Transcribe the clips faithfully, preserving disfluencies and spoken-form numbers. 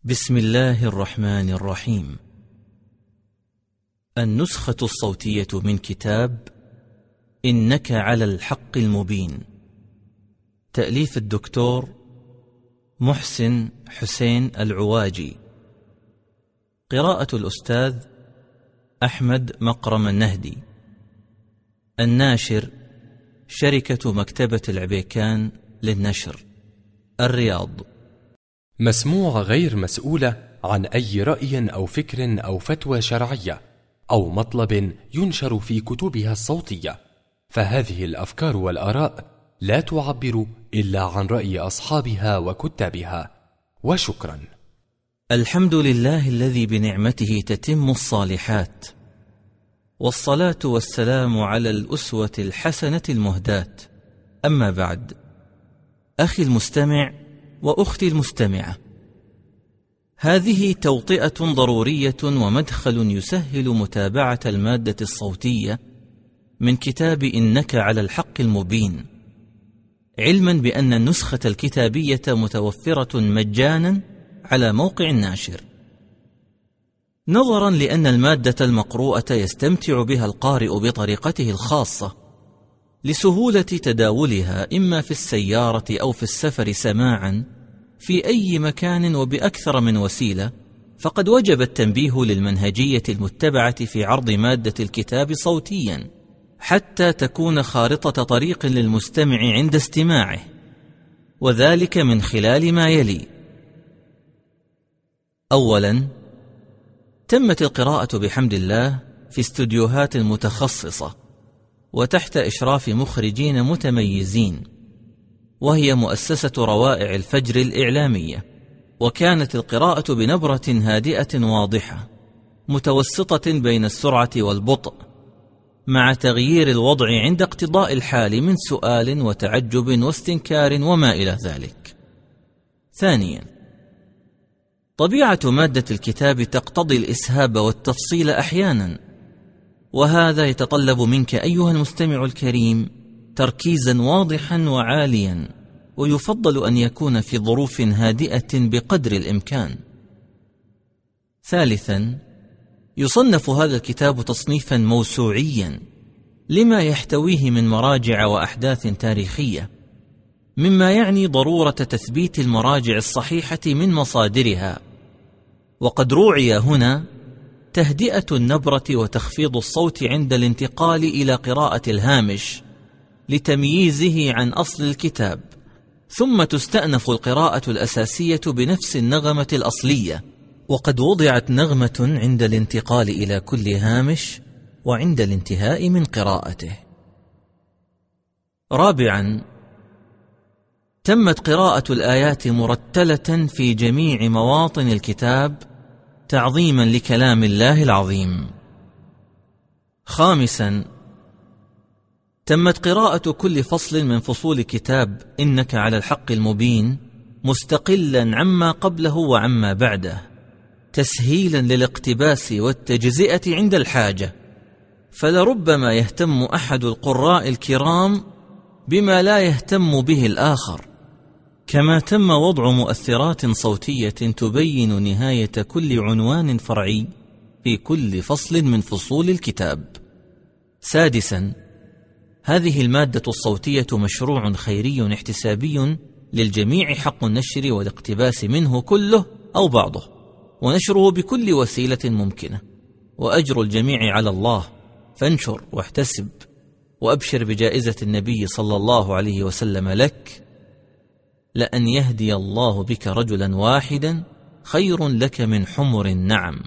بسم الله الرحمن الرحيم. النسخة الصوتية من كتاب إنك على الحق المبين، تأليف الدكتور محسن حسين العواجي، قراءة الأستاذ أحمد مقرم النهدي. الناشر شركة مكتبة العبيكان للنشر، الرياض. مسموع غير مسؤولة عن أي رأي أو فكر أو فتوى شرعية أو مطلب ينشر في كتبها الصوتية، فهذه الأفكار والآراء لا تعبر إلا عن رأي أصحابها وكتابها، وشكرا. الحمد لله الذي بنعمته تتم الصالحات، والصلاة والسلام على الأسوة الحسنة المهداة. أما بعد، أخي المستمع وأختي المستمعة، هذه توطئة ضرورية ومدخل يسهل متابعة المادة الصوتية من كتاب إنك على الحق المبين، علما بأن النسخة الكتابية متوفرة مجانا على موقع الناشر، نظرا لأن المادة المقروءة يستمتع بها القارئ بطريقته الخاصة لسهولة تداولها إما في السيارة أو في السفر سماعا في أي مكان وبأكثر من وسيلة. فقد وجب التنبيه للمنهجية المتبعة في عرض مادة الكتاب صوتيا حتى تكون خارطة طريق للمستمع عند استماعه، وذلك من خلال ما يلي. أولا، تمت القراءة بحمد الله في استوديوهات متخصصة وتحت إشراف مخرجين متميزين، وهي مؤسسة روائع الفجر الإعلامية. وكانت القراءة بنبرة هادئة واضحة متوسطة بين السرعة والبطء، مع تغيير الوضع عند اقتضاء الحال من سؤال وتعجب واستنكار وما إلى ذلك. ثانيا، طبيعة مادة الكتاب تقتضي الإسهاب والتفصيل أحيانا، وهذا يتطلب منك أيها المستمع الكريم تركيزا واضحا وعاليا، ويفضل أن يكون في ظروف هادئة بقدر الإمكان. ثالثا، يصنف هذا الكتاب تصنيفا موسوعيا لما يحتويه من مراجع وأحداث تاريخية، مما يعني ضرورة تثبيت المراجع الصحيحة من مصادرها. وقد روعي هنا تهدئة النبرة وتخفيض الصوت عند الانتقال إلى قراءة الهامش لتمييزه عن أصل الكتاب، ثم تستأنف القراءة الأساسية بنفس النغمة الأصلية، وقد وضعت نغمة عند الانتقال إلى كل هامش وعند الانتهاء من قراءته. رابعا، تمت قراءة الآيات مرتلة في جميع مواطن الكتاب تعظيما لكلام الله العظيم. خامسا، تمت قراءة كل فصل من فصول كتاب إنك على الحق المبين مستقلا عما قبله وعما بعده، تسهيلا للاقتباس والتجزئة عند الحاجة. فلربما يهتم أحد القراء الكرام بما لا يهتم به الآخر، كما تم وضع مؤثرات صوتية تبين نهاية كل عنوان فرعي في كل فصل من فصول الكتاب. سادسا، هذه المادة الصوتية مشروع خيري احتسابي للجميع، حق النشر والاقتباس منه كله أو بعضه، ونشره بكل وسيلة ممكنة، وأجر الجميع على الله، فانشر واحتسب وأبشر بجائزة النبي صلى الله عليه وسلم لك: لأن يهدي الله بك رجلا واحدا خير لك من حمر النعم.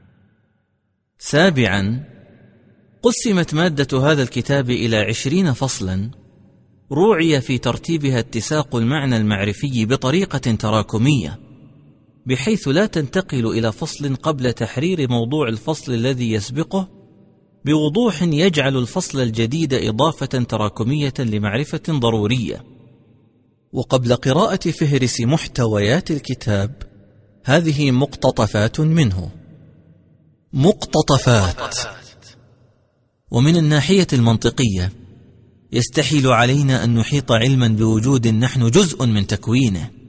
سابعا، قسمت مادة هذا الكتاب إلى عشرين فصلا، روعي في ترتيبها اتساق المعنى المعرفي بطريقة تراكمية، بحيث لا تنتقل إلى فصل قبل تحرير موضوع الفصل الذي يسبقه بوضوح يجعل الفصل الجديد إضافة تراكمية لمعرفة ضرورية. وقبل قراءة فهرس محتويات الكتاب، هذه مقتطفات منه. مقتطفات. ومن الناحية المنطقية يستحيل علينا أن نحيط علما بوجود نحن جزء من تكوينه،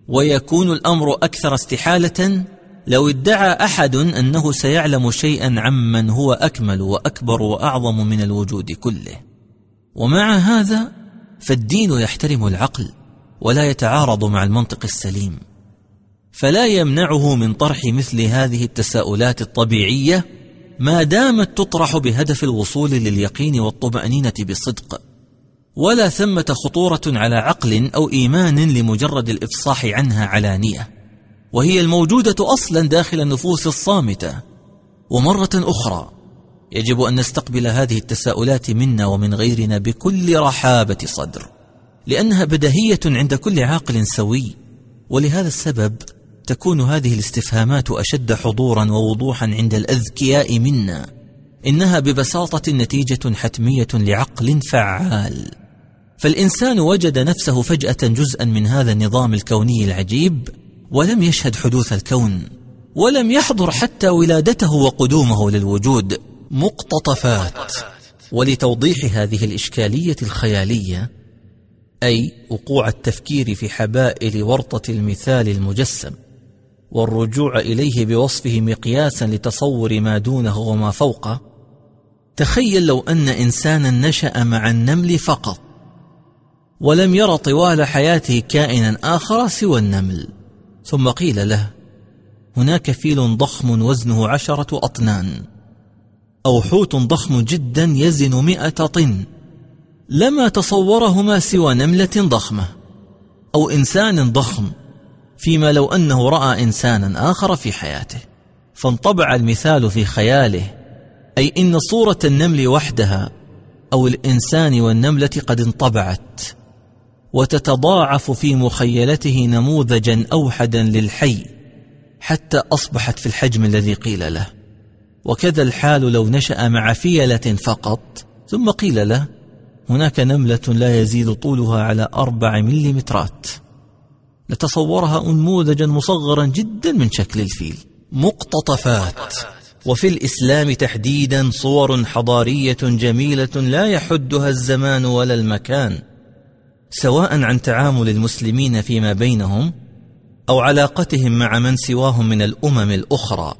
ويكون الأمر أكثر استحالة لو ادعى أحد أنه سيعلم شيئا عمن هو أكمل وأكبر وأعظم من الوجود كله. ومع هذا فالدين يحترم العقل ولا يتعارض مع المنطق السليم، فلا يمنعه من طرح مثل هذه التساؤلات الطبيعية ما دامت تطرح بهدف الوصول لليقين والطمأنينة بالصدق، ولا ثمة خطورة على عقل أو إيمان لمجرد الإفصاح عنها علانية، وهي الموجودة أصلا داخل النفوس الصامتة. ومرة أخرى يجب أن نستقبل هذه التساؤلات منا ومن غيرنا بكل رحابة صدر، لأنها بديهية عند كل عاقل سوي. ولهذا السبب تكون هذه الاستفهامات أشد حضورا ووضوحا عند الأذكياء منا. إنها ببساطة نتيجة حتمية لعقل فعال. فالإنسان وجد نفسه فجأة جزءا من هذا النظام الكوني العجيب، ولم يشهد حدوث الكون، ولم يحضر حتى ولادته وقدومه للوجود. مقتطفات. ولتوضيح هذه الإشكالية الخيالية، أي وقوع التفكير في حبائل ورطة المثال المجسم والرجوع إليه بوصفه مقياسا لتصور ما دونه وما فوقه، تخيل لو أن إنسانا نشأ مع النمل فقط، ولم يرى طوال حياته كائنا آخر سوى النمل، ثم قيل له هناك فيل ضخم وزنه عشرة أطنان، أو حوت ضخم جدا يزن مئة طن، لما تصورهما سوى نملة ضخمة أو إنسان ضخم، فيما لو أنه رأى إنسانا آخر في حياته. فانطبع المثال في خياله، أي إن صورة النمل وحدها أو الإنسان والنملة قد انطبعت، وتتضاعف في مخيلته نموذجا أوحدا للحي حتى أصبحت في الحجم الذي قيل له. وكذا الحال لو نشأ مع فيلة فقط، ثم قيل له هناك نملة لا يزيد طولها على أربع مليمترات، لتصورها نموذجا مصغرا جدا من شكل الفيل. مقتطفات. وفي الإسلام تحديدا صور حضارية جميلة لا يحدها الزمان ولا المكان، سواء عن تعامل المسلمين فيما بينهم أو علاقتهم مع من سواهم من الأمم الأخرى.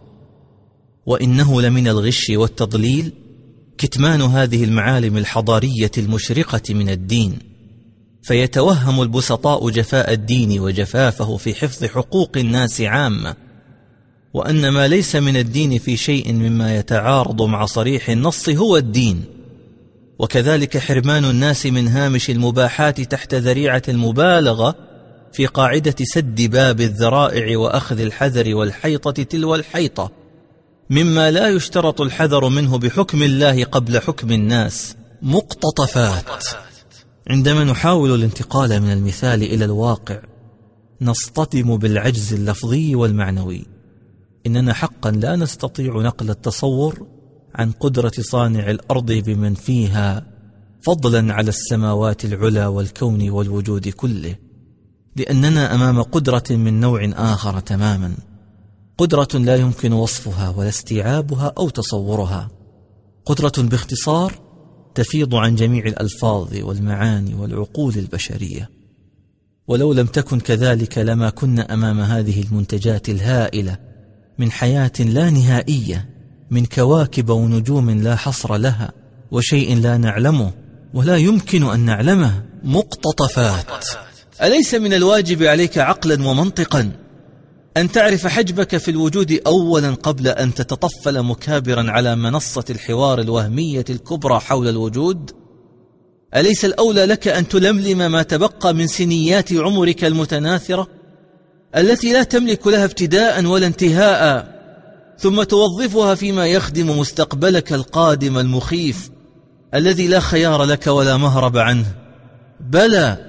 وإنه لمن الغش والتضليل كتمان هذه المعالم الحضارية المشرقة من الدين، فيتوهم البسطاء جفاء الدين وجفافه في حفظ حقوق الناس عامة، وأن ما ليس من الدين في شيء مما يتعارض مع صريح النص هو الدين. وكذلك حرمان الناس من هامش المباحات تحت ذريعة المبالغة في قاعدة سد باب الذرائع وأخذ الحذر والحيطة تلو الحيطة، مما لا يشترط الحذر منه بحكم الله قبل حكم الناس. مقتطفات. عندما نحاول الانتقال من المثال إلى الواقع نصطدم بالعجز اللفظي والمعنوي. إننا حقا لا نستطيع نقل التصور عن قدرة صانع الأرض بمن فيها، فضلا على السماوات العلى والكون والوجود كله، لأننا أمام قدرة من نوع آخر تماما، قدرة لا يمكن وصفها ولا استيعابها أو تصورها، قدرة باختصار تفيض عن جميع الألفاظ والمعاني والعقول البشرية. ولو لم تكن كذلك لما كنا أمام هذه المنتجات الهائلة من حياة لا نهائية، من كواكب ونجوم لا حصر لها، وشيء لا نعلمه ولا يمكن أن نعلمه. مقتطفات. أليس من الواجب عليك عقلا ومنطقا أن تعرف حجمك في الوجود أولا قبل أن تتطفل مكابرا على منصة الحوار الوهمية الكبرى حول الوجود؟ أليس الأولى لك أن تلملم ما تبقى من سنيات عمرك المتناثرة التي لا تملك لها ابتداء ولا انتهاء، ثم توظفها فيما يخدم مستقبلك القادم المخيف الذي لا خيار لك ولا مهرب عنه؟ بلى،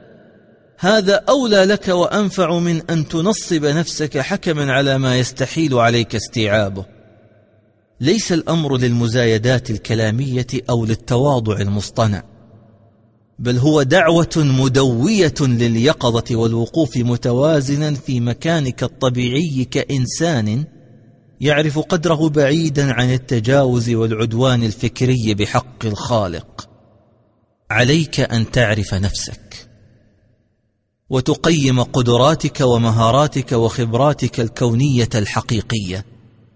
هذا أولى لك وأنفع من أن تنصب نفسك حكما على ما يستحيل عليك استيعابه. ليس الأمر للمزايدات الكلامية أو للتواضع المصطنع، بل هو دعوة مدوية لليقظة والوقوف متوازنا في مكانك الطبيعي كإنسان يعرف قدره بعيدا عن التجاوز والعدوان الفكري بحق الخالق. عليك أن تعرف نفسك. وتقيم قدراتك ومهاراتك وخبراتك الكونية الحقيقية،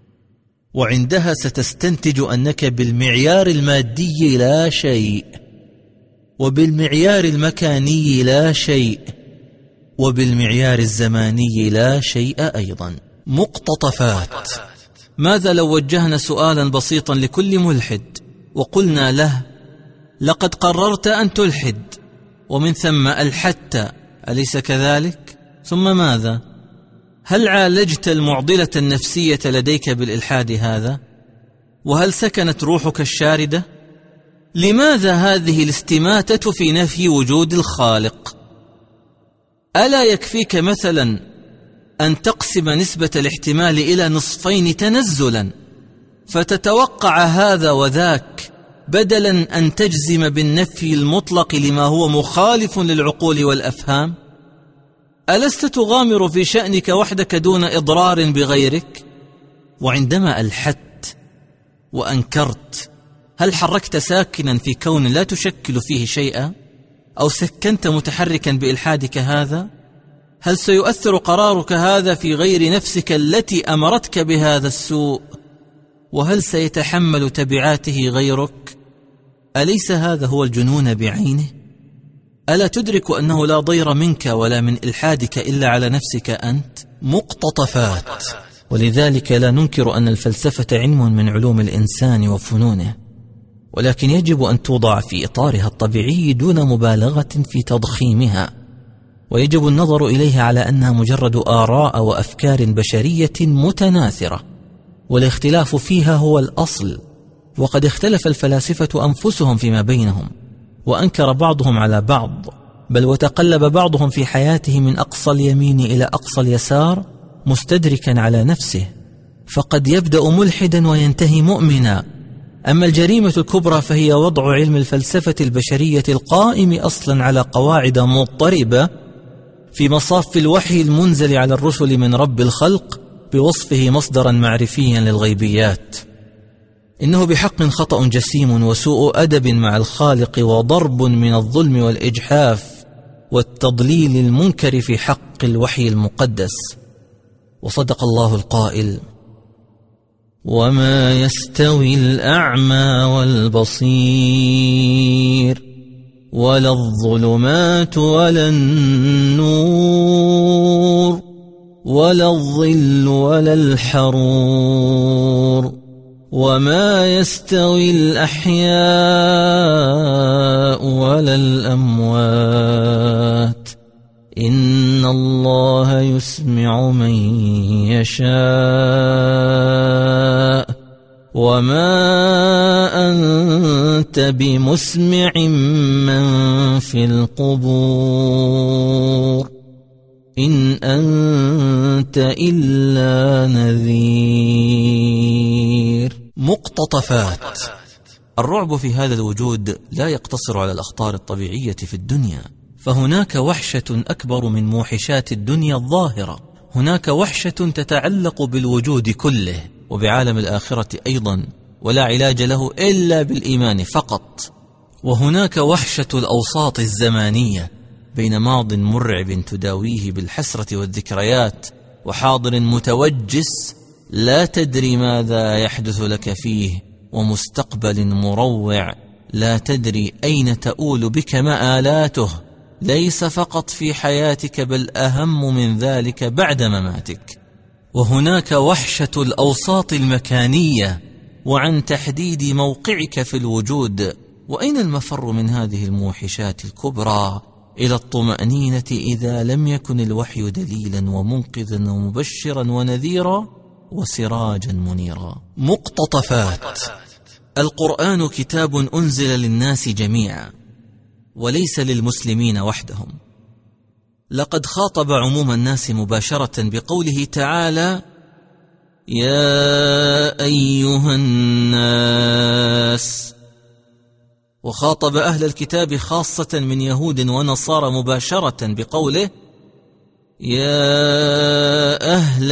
وعندها ستستنتج أنك بالمعيار المادي لا شيء، وبالمعيار المكاني لا شيء، وبالمعيار الزماني لا شيء أيضا. مقتطفات. ماذا لو وجهنا سؤالا بسيطا لكل ملحد وقلنا له: لقد قررت أن تلحد ومن ثم ألحدت، أليس كذلك؟ ثم ماذا؟ هل عالجت المعضلة النفسية لديك بالإلحاد هذا؟ وهل سكنت روحك الشاردة؟ لماذا هذه الاستماتة في نفي وجود الخالق؟ ألا يكفيك مثلا أن تقسم نسبة الاحتمال إلى نصفين تنزلا فتتوقع هذا وذاك، بدلا أن تجزم بالنفي المطلق لما هو مخالف للعقول والأفهام؟ ألست تغامر في شأنك وحدك دون إضرار بغيرك؟ وعندما ألحدت وأنكرت، هل حركت ساكنا في كون لا تشكل فيه شيئا؟ أو سكنت متحركا بإلحادك هذا؟ هل سيؤثر قرارك هذا في غير نفسك التي أمرتك بهذا السوء؟ وهل سيتحمل تبعاته غيرك؟ أليس هذا هو الجنون بعينه؟ ألا تدرك أنه لا ضير منك ولا من إلحادك إلا على نفسك أنت؟ مقتطفات. ولذلك لا ننكر أن الفلسفة علم من علوم الإنسان وفنونه، ولكن يجب أن توضع في إطارها الطبيعي دون مبالغة في تضخيمها، ويجب النظر إليها على أنها مجرد آراء وأفكار بشرية متناثرة، والاختلاف فيها هو الأصل. وقد اختلف الفلاسفة أنفسهم فيما بينهم، وأنكر بعضهم على بعض، بل وتقلب بعضهم في حياته من أقصى اليمين إلى أقصى اليسار مستدركا على نفسه، فقد يبدأ ملحدا وينتهي مؤمنا. أما الجريمة الكبرى فهي وضع علم الفلسفة البشرية القائم أصلا على قواعد مضطربة في مصاف الوحي المنزل على الرسل من رب الخلق بوصفه مصدرا معرفيا للغيبيات. إنه بحق خطأ جسيم وسوء أدب مع الخالق وضرب من الظلم والإجحاف والتضليل المنكر في حق الوحي المقدس. وصدق الله القائل: وما يستوي الأعمى والبصير ولا الظلمات ولا النور ولا الظل ولا الحرور وما يستوي الأحياء ولا الأموات إن الله يسمع من يشاء وما أنت بمسمع من في القبور إن أنت إلا نذير. مقتطفات. الرعب في هذا الوجود لا يقتصر على الأخطار الطبيعية في الدنيا، فهناك وحشة أكبر من موحشات الدنيا الظاهرة. هناك وحشة تتعلق بالوجود كله وبعالم الآخرة أيضا، ولا علاج له إلا بالإيمان فقط. وهناك وحشة الأوساط الزمانية بين ماض مرعب تداويه بالحسرة والذكريات، وحاضر متوجس لا تدري ماذا يحدث لك فيه، ومستقبل مروع لا تدري أين تؤول بك مآلاته، ليس فقط في حياتك بل أهم من ذلك بعد مماتك. وهناك وحشة الأوساط المكانية وعن تحديد موقعك في الوجود. وأين المفر من هذه الموحشات الكبرى؟ إلى الطمأنينة إذا لم يكن الوحي دليلا ومنقذا ومبشرا ونذيرا وسراجا منيرا. مقتطفات. القرآن كتاب أنزل للناس جميعا وليس للمسلمين وحدهم. لقد خاطب عموم الناس مباشرة بقوله تعالى: يا أيها الناس، وخاطب أهل الكتاب خاصة من يهود ونصارى مباشرة بقوله: يا أهل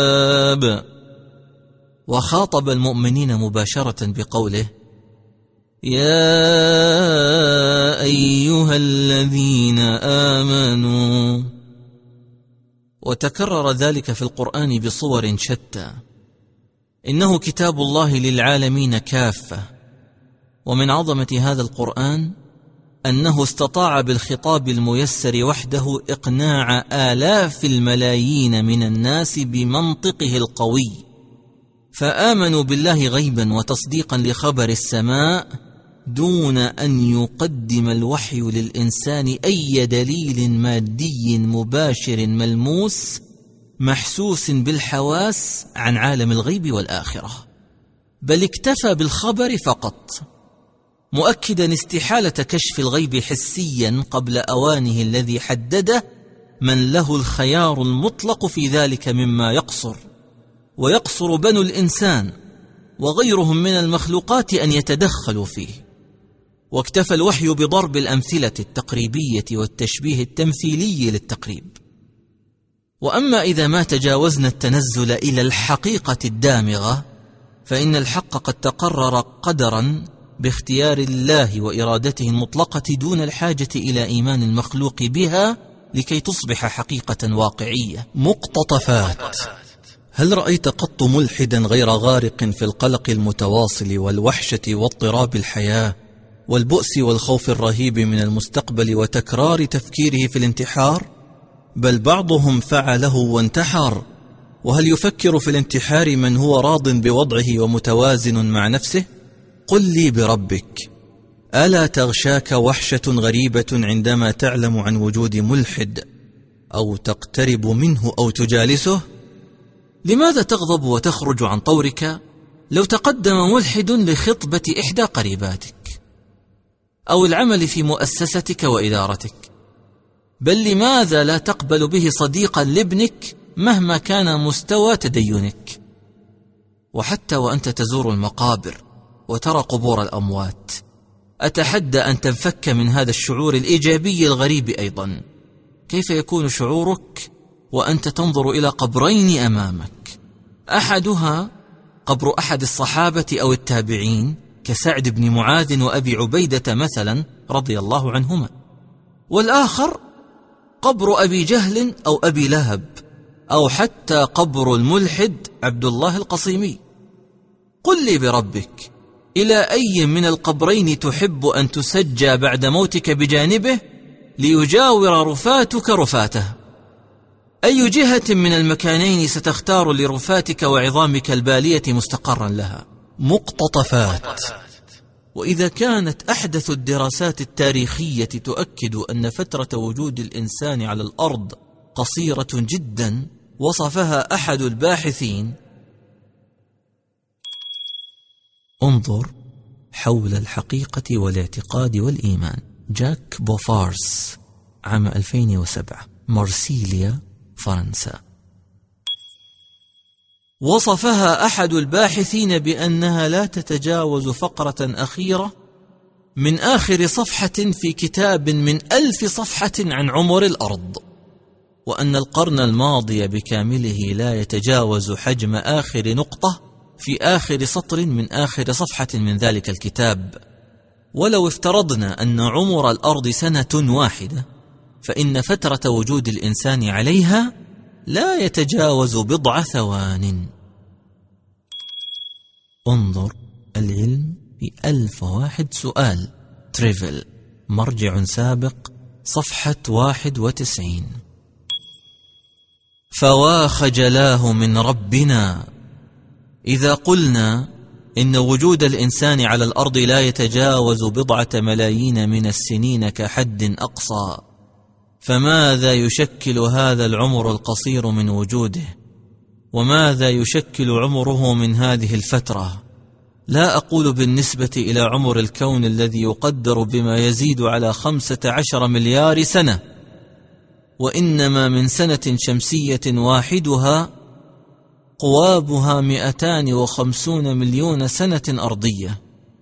الكتاب، وخاطب المؤمنين مباشرة بقوله: يا أيها الذين آمنوا. وتكرر ذلك في القرآن بصور شتى. إنه كتاب الله للعالمين كافة. ومن عظمة هذا القرآن أنه استطاع بالخطاب الميسر وحده إقناع آلاف الملايين من الناس بمنطقه القوي، فآمنوا بالله غيبا وتصديقا لخبر السماء دون أن يقدم الوحي للإنسان أي دليل مادي مباشر ملموس محسوس بالحواس عن عالم الغيب والآخرة، بل اكتفى بالخبر فقط، مؤكدا استحالة كشف الغيب حسيا قبل أوانه الذي حدده من له الخيار المطلق في ذلك مما يقصر، ويقصر بنو الإنسان وغيرهم من المخلوقات أن يتدخلوا فيه. واكتفى الوحي بضرب الأمثلة التقريبية والتشبيه التمثيلي للتقريب. وأما إذا ما تجاوزنا التنزل إلى الحقيقة الدامغة، فإن الحق قد تقرر قدرا باختيار الله وإرادته المطلقة دون الحاجة إلى إيمان المخلوق بها لكي تصبح حقيقة واقعية. مقتطفات. هل رأيت قط ملحدا غير غارق في القلق المتواصل والوحشة واضطراب الحياة والبؤس والخوف الرهيب من المستقبل وتكرار تفكيره في الانتحار؟ بل بعضهم فعله وانتحر. وهل يفكر في الانتحار من هو راض بوضعه ومتوازن مع نفسه؟ قل لي بربك، ألا تغشاك وحشة غريبة عندما تعلم عن وجود ملحد أو تقترب منه أو تجالسه؟ لماذا تغضب وتخرج عن طورك لو تقدم ملحد لخطبة إحدى قريباتك أو العمل في مؤسستك وإدارتك؟ بل لماذا لا تقبل به صديقا لابنك مهما كان مستوى تدينك؟ وحتى وأنت تزور المقابر وترى قبور الأموات، أتحدى أن تنفك من هذا الشعور الإيجابي الغريب أيضا. كيف يكون شعورك وأنت تنظر إلى قبرين أمامك، أحدها قبر أحد الصحابة أو التابعين كسعد بن معاذ وأبي عبيدة مثلا رضي الله عنهما، والآخر قبر أبي جهل أو أبي لهب، أو حتى قبر الملحد عبد الله القصيمي. قل لي بربك، إلى أي من القبرين تحب أن تسجى بعد موتك بجانبه ليجاور رفاتك رفاته؟ أي جهة من المكانين ستختار لرفاتك وعظامك البالية مستقرا لها؟ مقتطفات. وإذا كانت أحدث الدراسات التاريخية تؤكد أن فترة وجود الإنسان على الأرض قصيرة جدا، وصفها أحد الباحثين، انظر حول الحقيقة والاعتقاد والإيمان، جاك بوفارس، عام ألفين وسبعة، مارسيليا، فرنسا. وصفها أحد الباحثين بأنها لا تتجاوز فقرة أخيرة من آخر صفحة في كتاب من ألف صفحة عن عمر الأرض، وأن القرن الماضي بكامله لا يتجاوز حجم آخر نقطة في آخر سطر من آخر صفحة من ذلك الكتاب. ولو افترضنا أن عمر الأرض سنة واحدة، فإن فترة وجود الإنسان عليها لا يتجاوز بضع ثوان. انظر العلم في ألف واحد سؤال، تريفل، مرجع سابق، صفحة واحد وتسعين. فوا خجلاه من ربنا إذا قلنا إن وجود الإنسان على الأرض لا يتجاوز بضعة ملايين من السنين كحد أقصى، فماذا يشكل هذا العمر القصير من وجوده؟ وماذا يشكل عمره من هذه الفترة؟ لا أقول بالنسبة إلى عمر الكون الذي يقدر بما يزيد على خمسة عشر مليار سنة، وإنما من سنة شمسية واحدها قوابها مئتان وخمسون مليون سنة أرضية.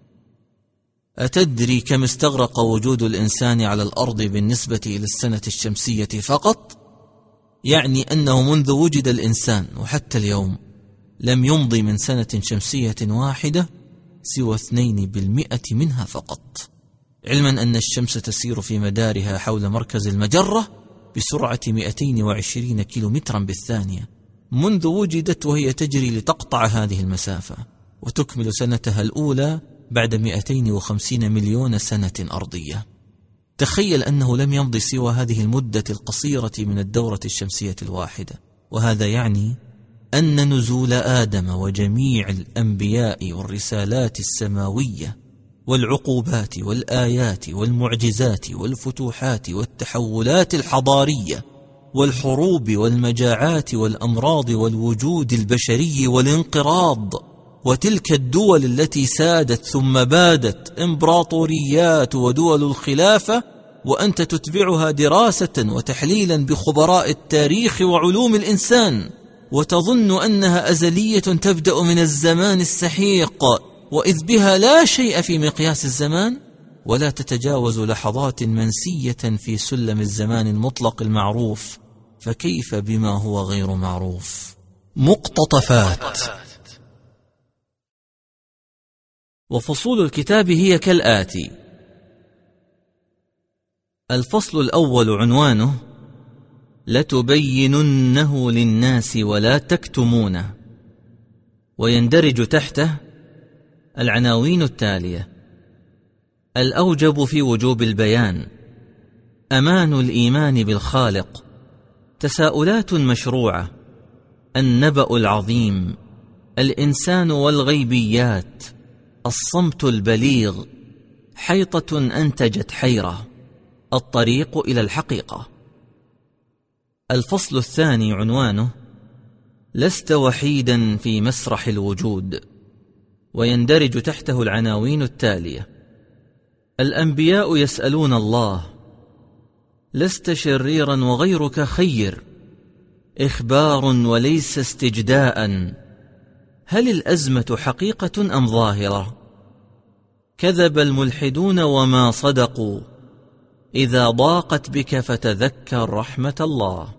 أتدري كم استغرق وجود الإنسان على الأرض بالنسبة إلى السنة الشمسية فقط؟ يعني أنه منذ وجد الإنسان وحتى اليوم لم يمضي من سنة شمسية واحدة سوى اثنين بالمئة منها فقط، علما أن الشمس تسير في مدارها حول مركز المجرة بسرعة مئتين وعشرين كيلومترا بالثانية منذ وجدت، وهي تجري لتقطع هذه المسافة وتكمل سنتها الأولى بعد مئتين وخمسين مليون سنة أرضية. تخيل أنه لم يمضي سوى هذه المدة القصيرة من الدورة الشمسية الواحدة، وهذا يعني أن نزول آدم وجميع الأنبياء والرسالات السماوية والعقوبات والآيات والمعجزات والفتوحات والتحولات الحضارية والحروب والمجاعات والأمراض والوجود البشري والانقراض وتلك الدول التي سادت ثم بادت إمبراطوريات ودول الخلافة، وأنت تتبعها دراسة وتحليلا بخبراء التاريخ وعلوم الإنسان، وتظن أنها أزلية تبدأ من الزمان السحيق، وإذ بها لا شيء في مقياس الزمان، ولا تتجاوز لحظات منسية في سلم الزمان المطلق المعروف، فكيف بما هو غير معروف؟ مقتطفات. وفصول الكتاب هي كالآتي: الفصل الأول عنوانه لتبيننه للناس ولا تكتمونه، ويندرج تحته العناوين التالية: الأوجب في وجوب البيان، أمان الإيمان بالخالق، تساؤلات مشروعة، النبأ العظيم، الإنسان والغيبيات، الصمت البليغ، حيطة أنتجت حيرة، الطريق إلى الحقيقة. الفصل الثاني عنوانه لست وحيدا في مسرح الوجود، ويندرج تحته العناوين التالية: الأنبياء يسألون الله، لست شريرا وغيرك خير، إخبار وليس استجداء، هل الأزمة حقيقة أم ظاهرة؟ كذب الملحدون وما صدقوا، إذا ضاقت بك فتذكر رحمة الله.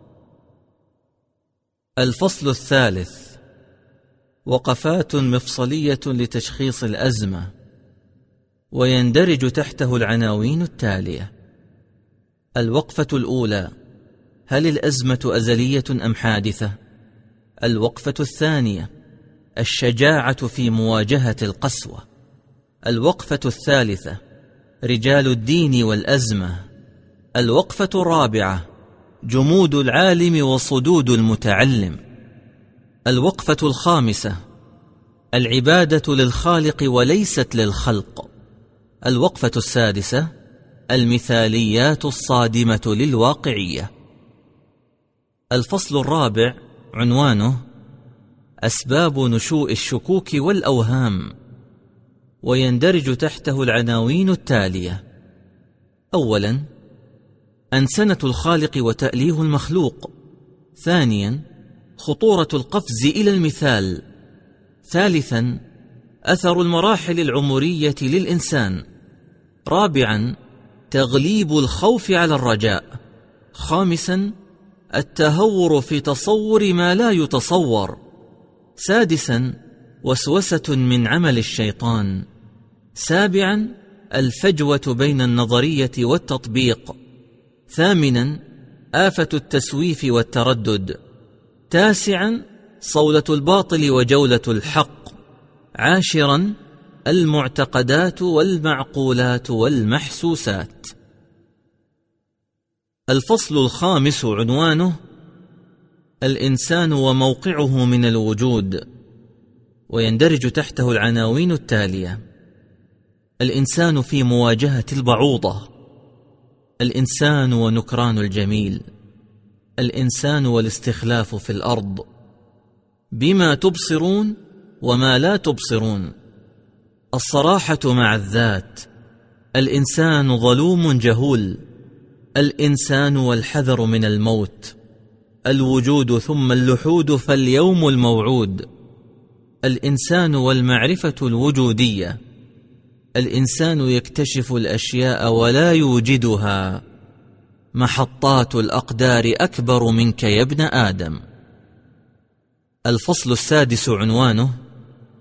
الفصل الثالث وقفات مفصلية لتشخيص الأزمة، ويندرج تحته العناوين التالية: الوقفة الأولى، هل الأزمة أزلية أم حادثة؟ الوقفة الثانية، الشجاعة في مواجهة القسوة. الوقفة الثالثة، رجال الدين والأزمة. الوقفة الرابعة، جمود العالم وصدود المتعلم. الوقفة الخامسة، العبادة للخالق وليست للخلق. الوقفة السادسة، المثاليات الصادمة للواقعية. الفصل الرابع عنوانه أسباب نشوء الشكوك والأوهام، ويندرج تحته العناوين التالية: أولا، أنسنة الخالق وتأليه المخلوق. ثانيا، خطورة القفز إلى المثال. ثالثا، أثر المراحل العمرية للإنسان. رابعا، تغليب الخوف على الرجاء. خامسا، التهور في تصور ما لا يتصور. سادسا، وسوسة من عمل الشيطان. سابعا، الفجوة بين النظرية والتطبيق. ثامنا، آفة التسويف والتردد. تاسعا، صولة الباطل وجولة الحق. عاشرا، المعتقدات والمعقولات والمحسوسات. الفصل الخامس عنوانه الإنسان وموقعه من الوجود، ويندرج تحته العناوين التالية: الإنسان في مواجهة البعوضة، الإنسان ونكران الجميل، الإنسان والاستخلاف في الأرض، بما تبصرون وما لا تبصرون، الصراحة مع الذات، الإنسان ظلوم جهول، الإنسان والحذر من الموت، الوجود ثم اللحود فاليوم الموعود، الإنسان والمعرفة الوجودية، الإنسان يكتشف الأشياء ولا يوجدها، محطات الأقدار أكبر منك يا ابن آدم. الفصل السادس عنوانه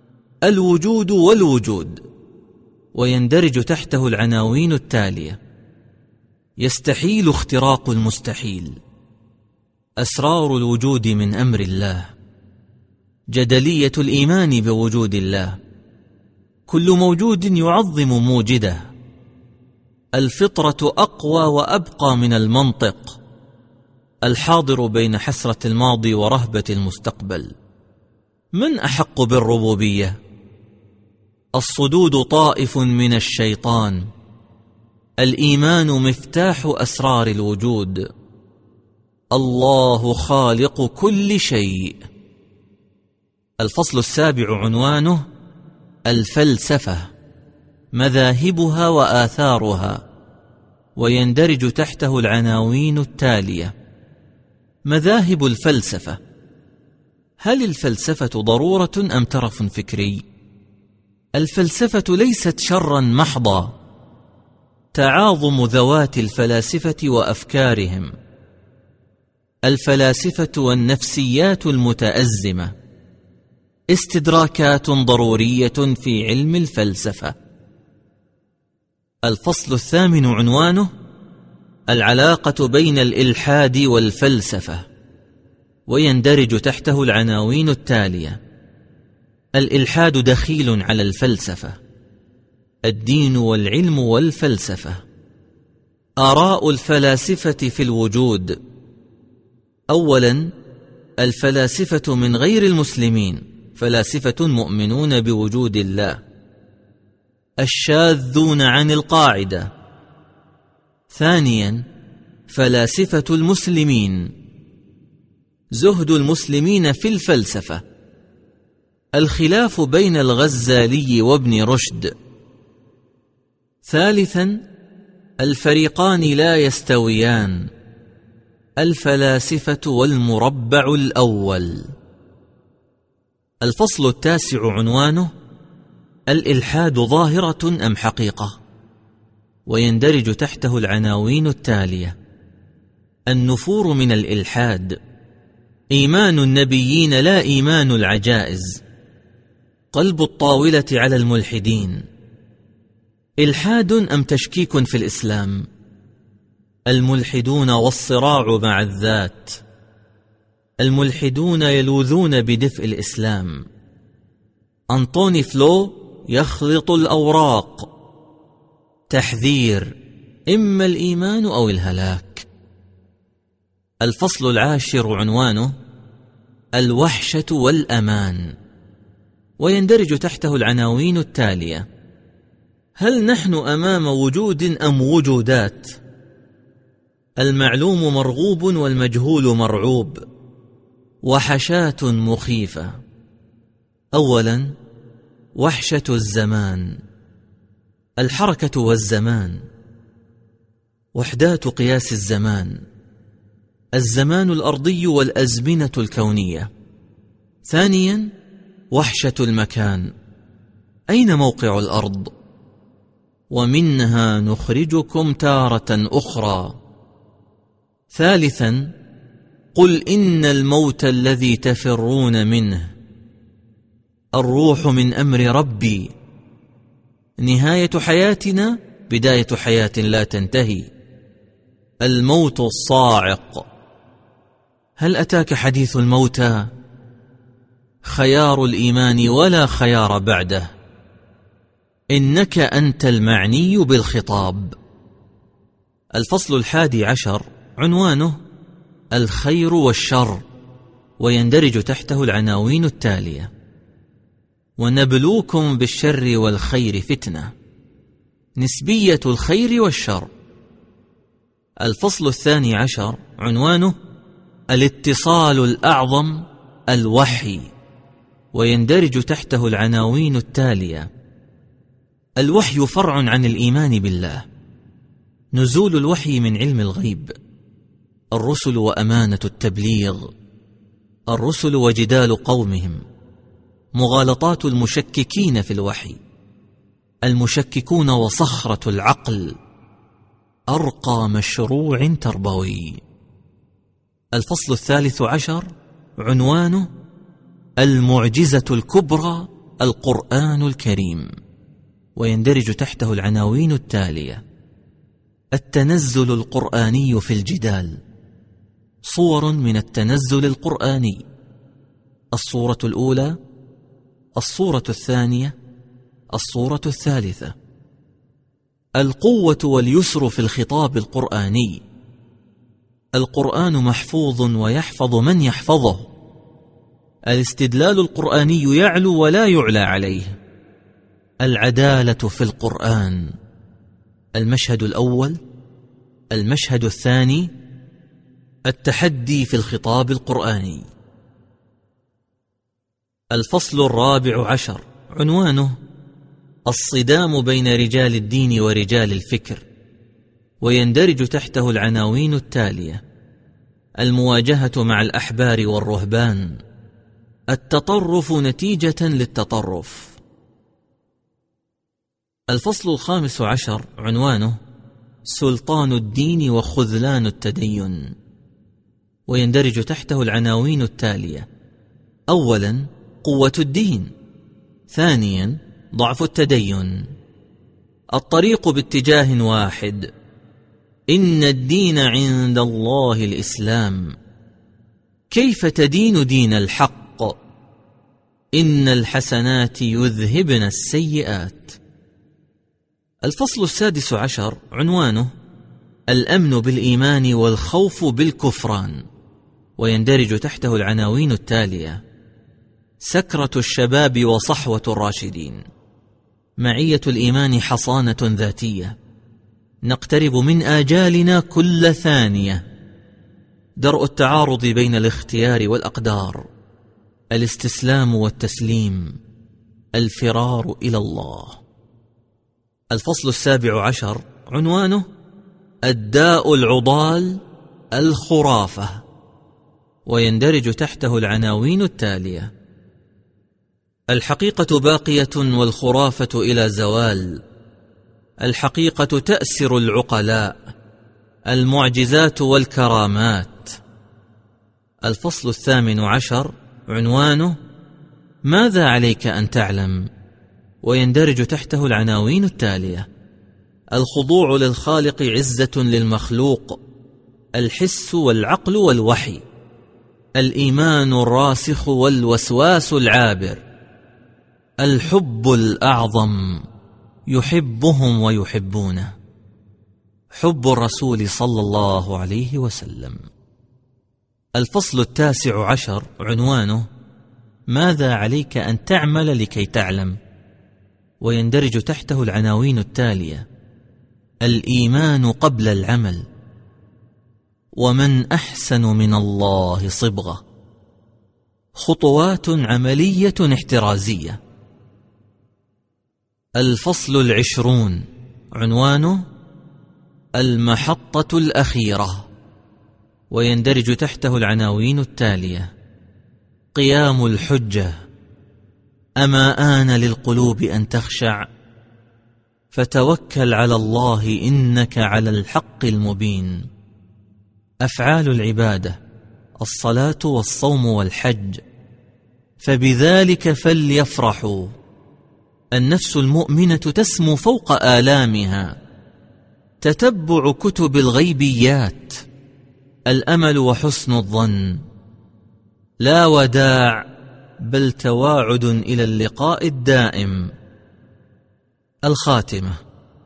الوجود والوجود، ويندرج تحته العناوين التالية: يستحيل اختراق المستحيل، أسرار الوجود من أمر الله، جدلية الإيمان بوجود الله، كل موجود يعظم موجده، الفطرة أقوى وأبقى من المنطق، الحاضر بين حسرة الماضي ورهبة المستقبل، من أحق بالربوبية؟ الصدود طائف من الشيطان، الإيمان مفتاح أسرار الوجود، الله خالق كل شيء. الفصل السابع عنوانه: الفلسفة، مذاهبها وآثارها، ويندرج تحته العناوين التالية: مذاهب الفلسفة، هل الفلسفة ضرورة أم ترف فكري؟ الفلسفة ليست شرا محضا، تعاظم ذوات الفلاسفة وأفكارهم، الفلاسفة والنفسيات المتأزمة، استدراكات ضرورية في علم الفلسفة. الفصل الثامن عنوانه: العلاقة بين الإلحاد والفلسفة، ويندرج تحته العناوين التالية: الإلحاد دخيل على الفلسفة، الدين والعلم والفلسفة، آراء الفلاسفة في الوجود. أولا، الفلاسفة من غير المسلمين فلاسفة مؤمنون بوجود الله، الشاذون عن القاعدة. ثانيا، فلاسفة المسلمين، زهد المسلمين في الفلسفة، الخلاف بين الغزالي وابن رشد. ثالثا، الفريقان لا يستويان، الفلاسفة والمربع الأول. الفصل التاسع عنوانه: الإلحاد ظاهرة أم حقيقة، ويندرج تحته العناوين التالية: النفور من الإلحاد، إيمان النبيين لا إيمان العجائز، قلب الطاولة على الملحدين، إلحاد أم تشكيك في الإسلام، الملحدون والصراع مع الذات، الملحدون يلوذون بدفء الإسلام، أنطوني فلو يخلط الأوراق، تحذير، إما الإيمان أو الهلاك. الفصل العاشر عنوانه: الوحشة والأمان، ويندرج تحته العناوين التالية: هل نحن أمام وجود أم وجودات؟ المعلوم مرغوب والمجهول مرعوب، وحشات مخيفة. أولا، وحشة الزمان، الحركة والزمان، وحدات قياس الزمان، الزمان الأرضي والأزمنة الكونية. ثانيا، وحشة المكان، أين موقع الأرض؟ ومنها نخرجكم تارة أخرى. ثالثا، قل إن الموت الذي تفرون منه، الروح من أمر ربي، نهاية حياتنا بداية حياة لا تنتهي، الموت الصاعق. هل أتاك حديث الموتى؟ خيار الإيمان ولا خيار بعده، إنك أنت المعني بالخطاب. الفصل الحادي عشر عنوانه: الخير والشر، ويندرج تحته العناوين التالية: ونبلوكم بالشر والخير فتنة، نسبية الخير والشر. الفصل الثاني عشر عنوانه: الاتصال الأعظم، الوحي، ويندرج تحته العناوين التالية: الوحي فرع عن الإيمان بالله، نزول الوحي من علم الغيب، الرسل وأمانة التبليغ، الرسل وجدال قومهم، مغالطات المشككين في الوحي، المشككون وصخرة العقل، أرقى مشروع تربوي. الفصل الثالث عشر عنوانه: المعجزة الكبرى، القرآن الكريم، ويندرج تحته العناوين التالية: التنزل القرآني في الجدال، صور من التنزل القرآني، الصورة الأولى، الصورة الثانية، الصورة الثالثة. القوة واليسر في الخطاب القرآني، القرآن محفوظ ويحفظ من يحفظه، الاستدلال القرآني يعلو ولا يعلى عليه، العدالة في القرآن، المشهد الأول، المشهد الثاني، التحدي في الخطاب القرآني. الفصل الرابع عشر عنوانه: الصدام بين رجال الدين ورجال الفكر، ويندرج تحته العناوين التالية: المواجهة مع الأحبار والرهبان، التطرف نتيجة للتطرف. الفصل الخامس عشر عنوانه: سلطان الدين وخذلان التدين، ويندرج تحته العناوين التالية: أولا قوة الدين، ثانيا ضعف التدين، الطريق باتجاه واحد، إن الدين عند الله الإسلام، كيف تدين دين الحق، إن الحسنات يذهبن السيئات. الفصل السادس عشر عنوانه: الأمن بالإيمان والخوف بالكفران، ويندرج تحته العناوين التالية: سكرة الشباب وصحوة الراشدين، معية الإيمان حصانة ذاتية، نقترب من آجالنا كل ثانية، درء التعارض بين الاختيار والأقدار، الاستسلام والتسليم، الفرار إلى الله. الفصل السابع عشر عنوانه: الداء العضال، الخرافة، ويندرج تحته العناوين التالية: الحقيقة باقية والخرافة إلى زوال، الحقيقة تأسر العقلاء، المعجزات والكرامات. الفصل الثامن عشر عنوانه: ماذا عليك أن تعلم، ويندرج تحته العناوين التالية: الخضوع للخالق عزة للمخلوق، الحس والعقل والوحي، الإيمان الراسخ والوسواس العابر، الحب الأعظم، يحبهم ويحبونه، حب الرسول صلى الله عليه وسلم. الفصل التاسع عشر عنوانه: ماذا عليك أن تعمل لكي تعلم، ويندرج تحته العناوين التالية: الإيمان قبل العمل، ومن أحسن من الله صبغة، خطوات عملية احترازية. الفصل العشرون عنوانه: المحطة الأخيرة، ويندرج تحته العناوين التالية: قيام الحجة، أما آن للقلوب أن تخشع، فتوكل على الله إنك على الحق المبين، أفعال العبادة، الصلاة والصوم والحج، فبذلك فليفرحوا، النفس المؤمنة تسمو فوق آلامها، تتبع كتب الغيبيات، الأمل وحسن الظن، لا وداع بل تواعد إلى اللقاء الدائم. الخاتمة.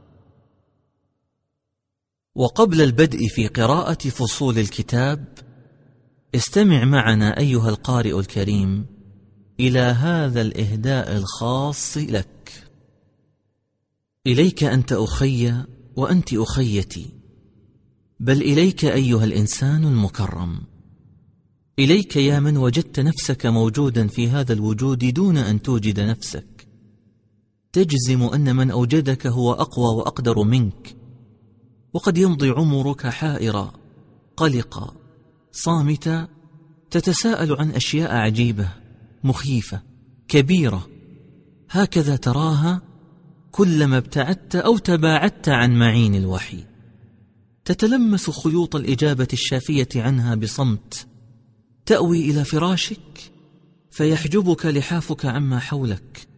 وقبل البدء في قراءة فصول الكتاب، استمع معنا أيها القارئ الكريم إلى هذا الإهداء الخاص لك. إليك أنت أخي وأنت أخيتي، بل إليك أيها الإنسان المكرم، إليك يا من وجدت نفسك موجودا في هذا الوجود دون أن توجد نفسك، تجزم أن من أوجدك هو أقوى وأقدر منك، وقد يمضي عمرك حائرا قلقا صامتا، تتساءل عن أشياء عجيبة مخيفة كبيرة، هكذا تراها كلما ابتعدت أو تباعدت عن معين الوحي، تتلمس خيوط الإجابة الشافية عنها بصمت، تأوي إلى فراشك فيحجبك لحافك عما حولك،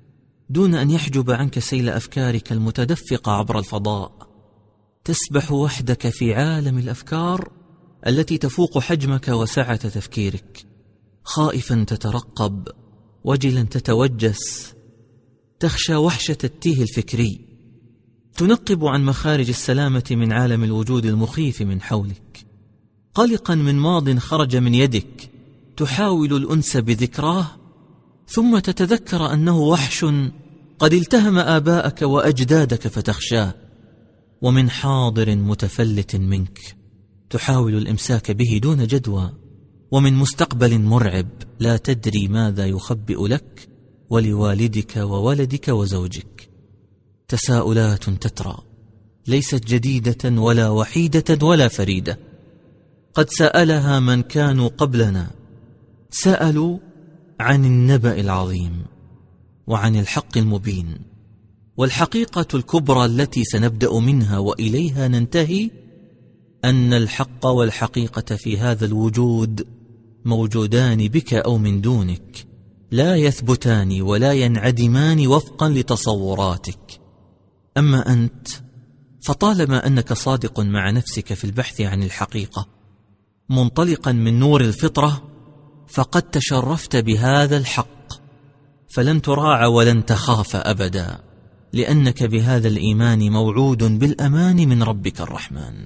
دون أن يحجب عنك سيل أفكارك المتدفقة عبر الفضاء. تسبح وحدك في عالم الأفكار التي تفوق حجمك وسعة تفكيرك، خائفا تترقب، وجلا تتوجس، تخشى وحشة التيه الفكري، تنقب عن مخارج السلامة من عالم الوجود المخيف من حولك، قلقا من ماض خرج من يدك، تحاول الأنس بذكراه ثم تتذكر أنه وحش قد التهم آباءك وأجدادك فتخشاه، ومن حاضر متفلت منك تحاول الإمساك به دون جدوى، ومن مستقبل مرعب لا تدري ماذا يخبئ لك ولوالدك وولدك وزوجك. تساؤلات تترى ليست جديدة ولا وحيدة ولا فريدة، قد سألها من كانوا قبلنا، سألوا عن النبأ العظيم وعن الحق المبين. والحقيقة الكبرى التي سنبدأ منها وإليها ننتهي أن الحق والحقيقة في هذا الوجود موجودان بك أو من دونك، لا يثبتان ولا ينعدمان وفقا لتصوراتك. أما أنت فطالما أنك صادق مع نفسك في البحث عن الحقيقة منطلقا من نور الفطرة، فقد تشرفت بهذا الحق، فلن تراع ولن تخاف أبدا، لأنك بهذا الإيمان موعود بالأمان من ربك الرحمن.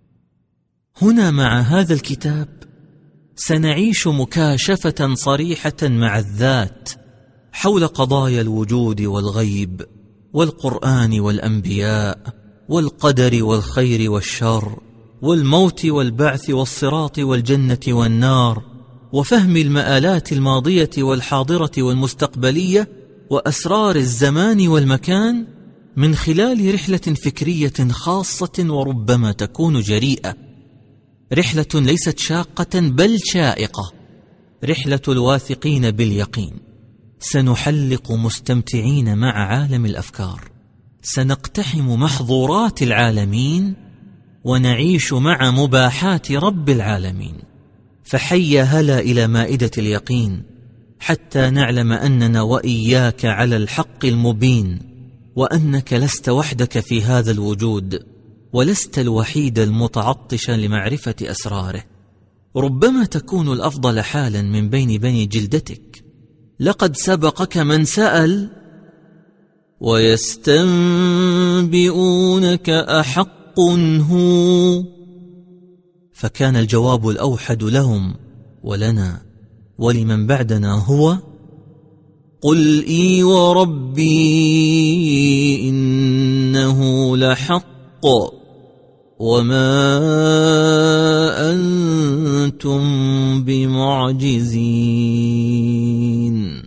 هنا مع هذا الكتاب سنعيش مكاشفة صريحة مع الذات حول قضايا الوجود والغيب والقرآن والأنبياء والقدر والخير والشر والموت والبعث والصراط والجنة والنار، وفهم المآلات الماضية والحاضرة والمستقبلية وأسرار الزمان والمكان من خلال رحلة فكرية خاصة وربما تكون جريئة، رحلة ليست شاقة بل شائقة، رحلة الواثقين باليقين. سنحلق مستمتعين مع عالم الأفكار، سنقتحم محظورات العالمين ونعيش مع مباحات رب العالمين. فحيا هلا إلى مائدة اليقين حتى نعلم أننا وإياك على الحق المبين، وأنك لست وحدك في هذا الوجود، ولست الوحيد المتعطش لمعرفة أسراره. ربما تكون الأفضل حالا من بين بني جلدتك، لقد سبقك من سأل ويستنبئونك أحق هو، فكان الجواب الأوحد لهم ولنا ولمن بعدنا هو قل إي وربي إنه لحق وما أنتم بمعجزين.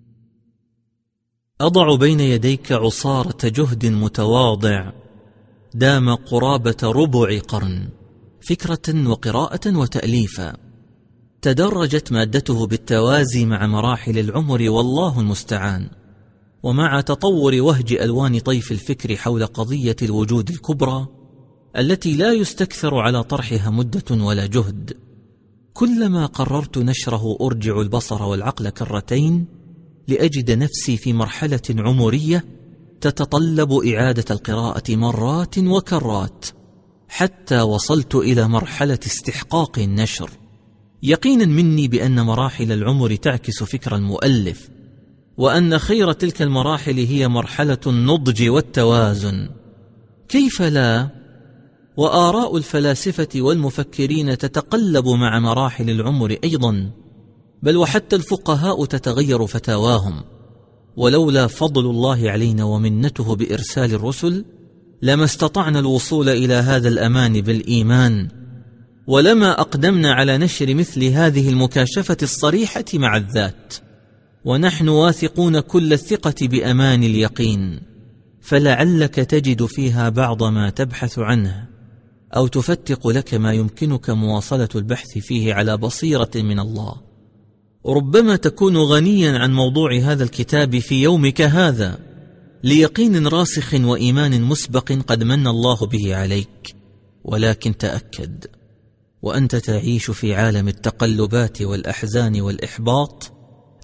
أضع بين يديك عصارة جهد متواضع دام قرابة ربع قرن، فكرة وقراءة وتأليفا، تدرجت مادته بالتوازي مع مراحل العمر والله المستعان، ومع تطور وهج ألوان طيف الفكر حول قضية الوجود الكبرى التي لا يستكثر على طرحها مدة ولا جهد. كلما قررت نشره أرجع البصر والعقل كرتين لأجد نفسي في مرحلة عمرية تتطلب إعادة القراءة مرات وكرات، حتى وصلت إلى مرحلة استحقاق النشر، يقينا مني بأن مراحل العمر تعكس فكر المؤلف، وأن خير تلك المراحل هي مرحلة النضج والتوازن. كيف لا؟ وآراء الفلاسفة والمفكرين تتقلب مع مراحل العمر أيضا، بل وحتى الفقهاء تتغير فتاواهم. ولولا فضل الله علينا ومنته بإرسال الرسل لما استطعنا الوصول إلى هذا الأمان بالإيمان، ولما أقدمنا على نشر مثل هذه المكاشفة الصريحة مع الذات، ونحن واثقون كل الثقة بأمان اليقين، فلعلك تجد فيها بعض ما تبحث عنه، أو تفتق لك ما يمكنك مواصلة البحث فيه على بصيرة من الله. ربما تكون غنيا عن موضوع هذا الكتاب في يومك هذا ليقين راسخ وإيمان مسبق قد من الله به عليك، ولكن تأكد وأنت تعيش في عالم التقلبات والأحزان والإحباط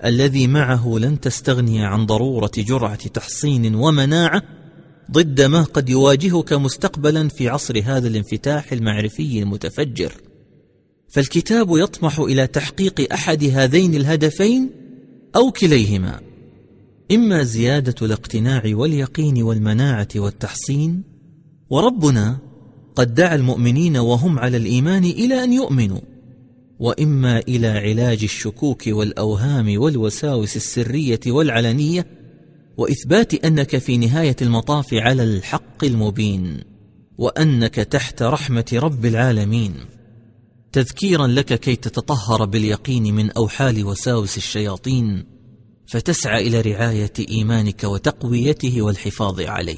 الذي معه لن تستغني عن ضرورة جرعة تحصين ومناعة ضد ما قد يواجهك مستقبلا في عصر هذا الانفتاح المعرفي المتفجر. فالكتاب يطمح إلى تحقيق أحد هذين الهدفين أو كليهما، إما زيادة الاقتناع واليقين والمناعة والتحصين، وربنا قد دعا المؤمنين وهم على الإيمان إلى أن يؤمنوا، وإما إلى علاج الشكوك والأوهام والوساوس السرية والعلنية، وإثبات أنك في نهاية المطاف على الحق المبين، وأنك تحت رحمة رب العالمين، تذكيرا لك كي تتطهر باليقين من أوحال وساوس الشياطين، فتسعى إلى رعاية إيمانك وتقويته والحفاظ عليه.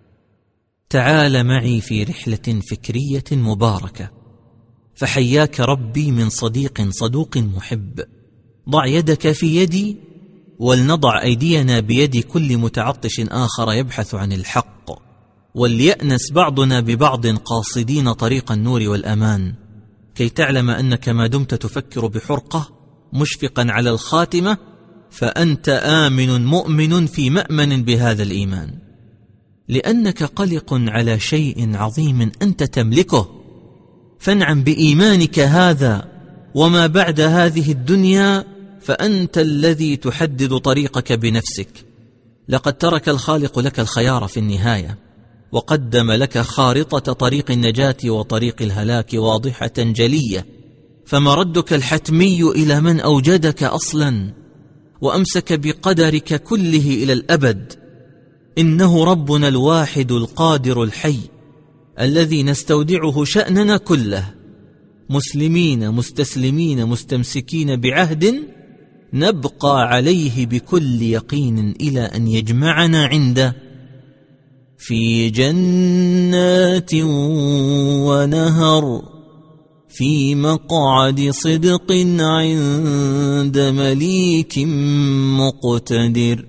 تعال معي في رحلة فكرية مباركة، فحياك ربي من صديق صدوق محب. ضع يدك في يدي، ولنضع أيدينا بيد كل متعطش آخر يبحث عن الحق، وليأنس بعضنا ببعض قاصدين طريق النور والأمان، كي تعلم أنك ما دمت تفكر بحرقة مشفقا على الخاتمة فأنت آمن مؤمن في مأمن بهذا الإيمان، لأنك قلق على شيء عظيم أنت تملكه. فانعم بإيمانك هذا، وما بعد هذه الدنيا فأنت الذي تحدد طريقك بنفسك. لقد ترك الخالق لك الخيار في النهاية، وقدم لك خارطة طريق النجاة وطريق الهلاك واضحة جلية، فمردك الحتمي إلى من أوجدك أصلا وأمسك بقدرك كله إلى الأبد. إنه ربنا الواحد القادر الحي الذي نستودعه شأننا كله، مسلمين مستسلمين مستمسكين بعهد نبقى عليه بكل يقين إلى أن يجمعنا عنده في جنات ونهر، في مقعد صدق عند مليك مقتدر.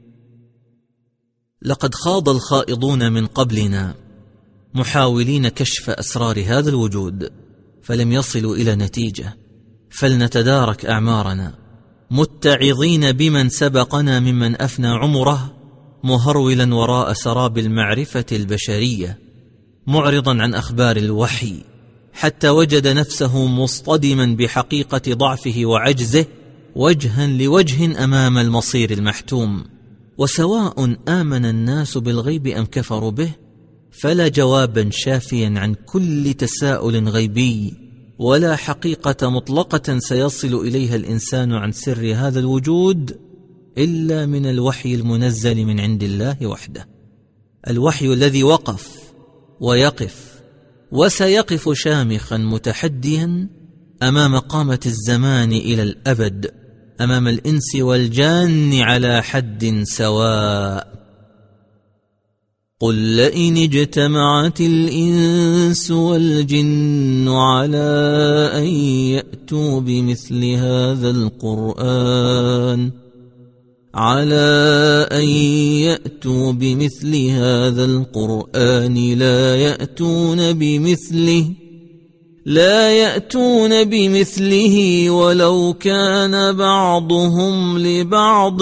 لقد خاض الخائضون من قبلنا محاولين كشف أسرار هذا الوجود، فلم يصلوا إلى نتيجة. فلنتدارك أعمارنا متعظين بمن سبقنا ممن أفنى عمره، مهرولا وراء سراب المعرفة البشرية، معرضا عن أخبار الوحي، حتى وجد نفسه مصطدما بحقيقة ضعفه وعجزه وجها لوجه أمام المصير المحتوم. وسواء آمن الناس بالغيب أم كفروا به، فلا جوابا شافيا عن كل تساؤل غيبي، ولا حقيقة مطلقة سيصل إليها الإنسان عن سر هذا الوجود إلا من الوحي المنزل من عند الله وحده، الوحي الذي وقف ويقف وسيقف شامخا متحديا أمام قامة الزمان إلى الأبد، أمام الإنس والجان على حد سواء. قل لئن اجتمعت الإنس والجن على أن يأتوا بمثل هذا القرآن على أن يأتوا بمثل هذا القرآن لا يأتون بمثله لا يأتون بمثله ولو كان بعضهم لبعض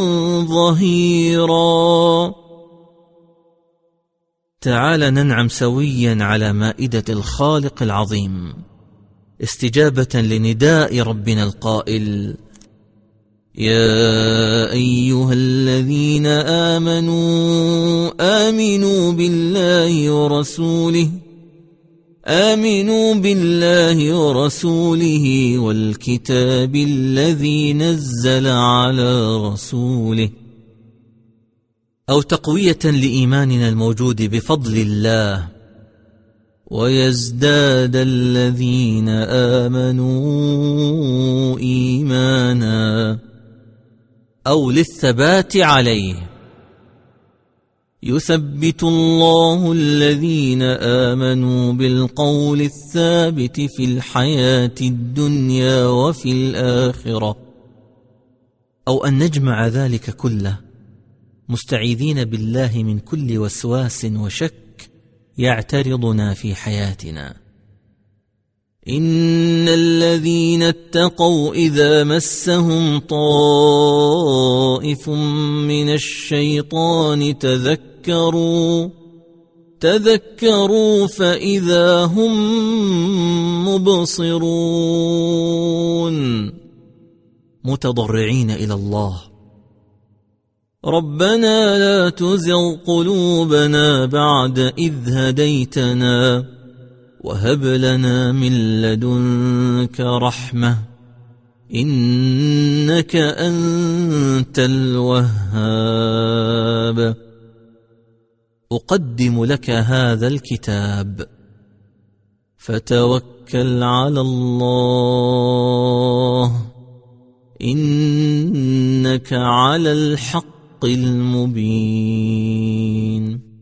ظهيرا. تعال ننعم سويا على مائدة الخالق العظيم، استجابة لنداء ربنا القائل: يا أيها الذين آمنوا آمنوا بالله ورسوله آمنوا بالله ورسوله والكتاب الذي نزل على رسوله، أو تقوية لإيماننا الموجود بفضل الله، ويزداد الذين آمنوا إيمانا، أو للثبات عليه. يثبت الله الذين آمنوا بالقول الثابت في الحياة الدنيا وفي الآخرة، أو أن نجمع ذلك كله مستعيذين بالله من كل وسواس وشك يعترضنا في حياتنا. إن الذين اتقوا إذا مسهم طائف من الشيطان تذكروا تذكروا فإذا هم مبصرون متضرعين إلى الله: ربنا لا تزغ قلوبنا بعد إذ هديتنا وهب لنا من لدنك رحمة إنك أنت الوهاب. أقدم لك هذا الكتاب فتوكل على الله إنك على الحق المبين.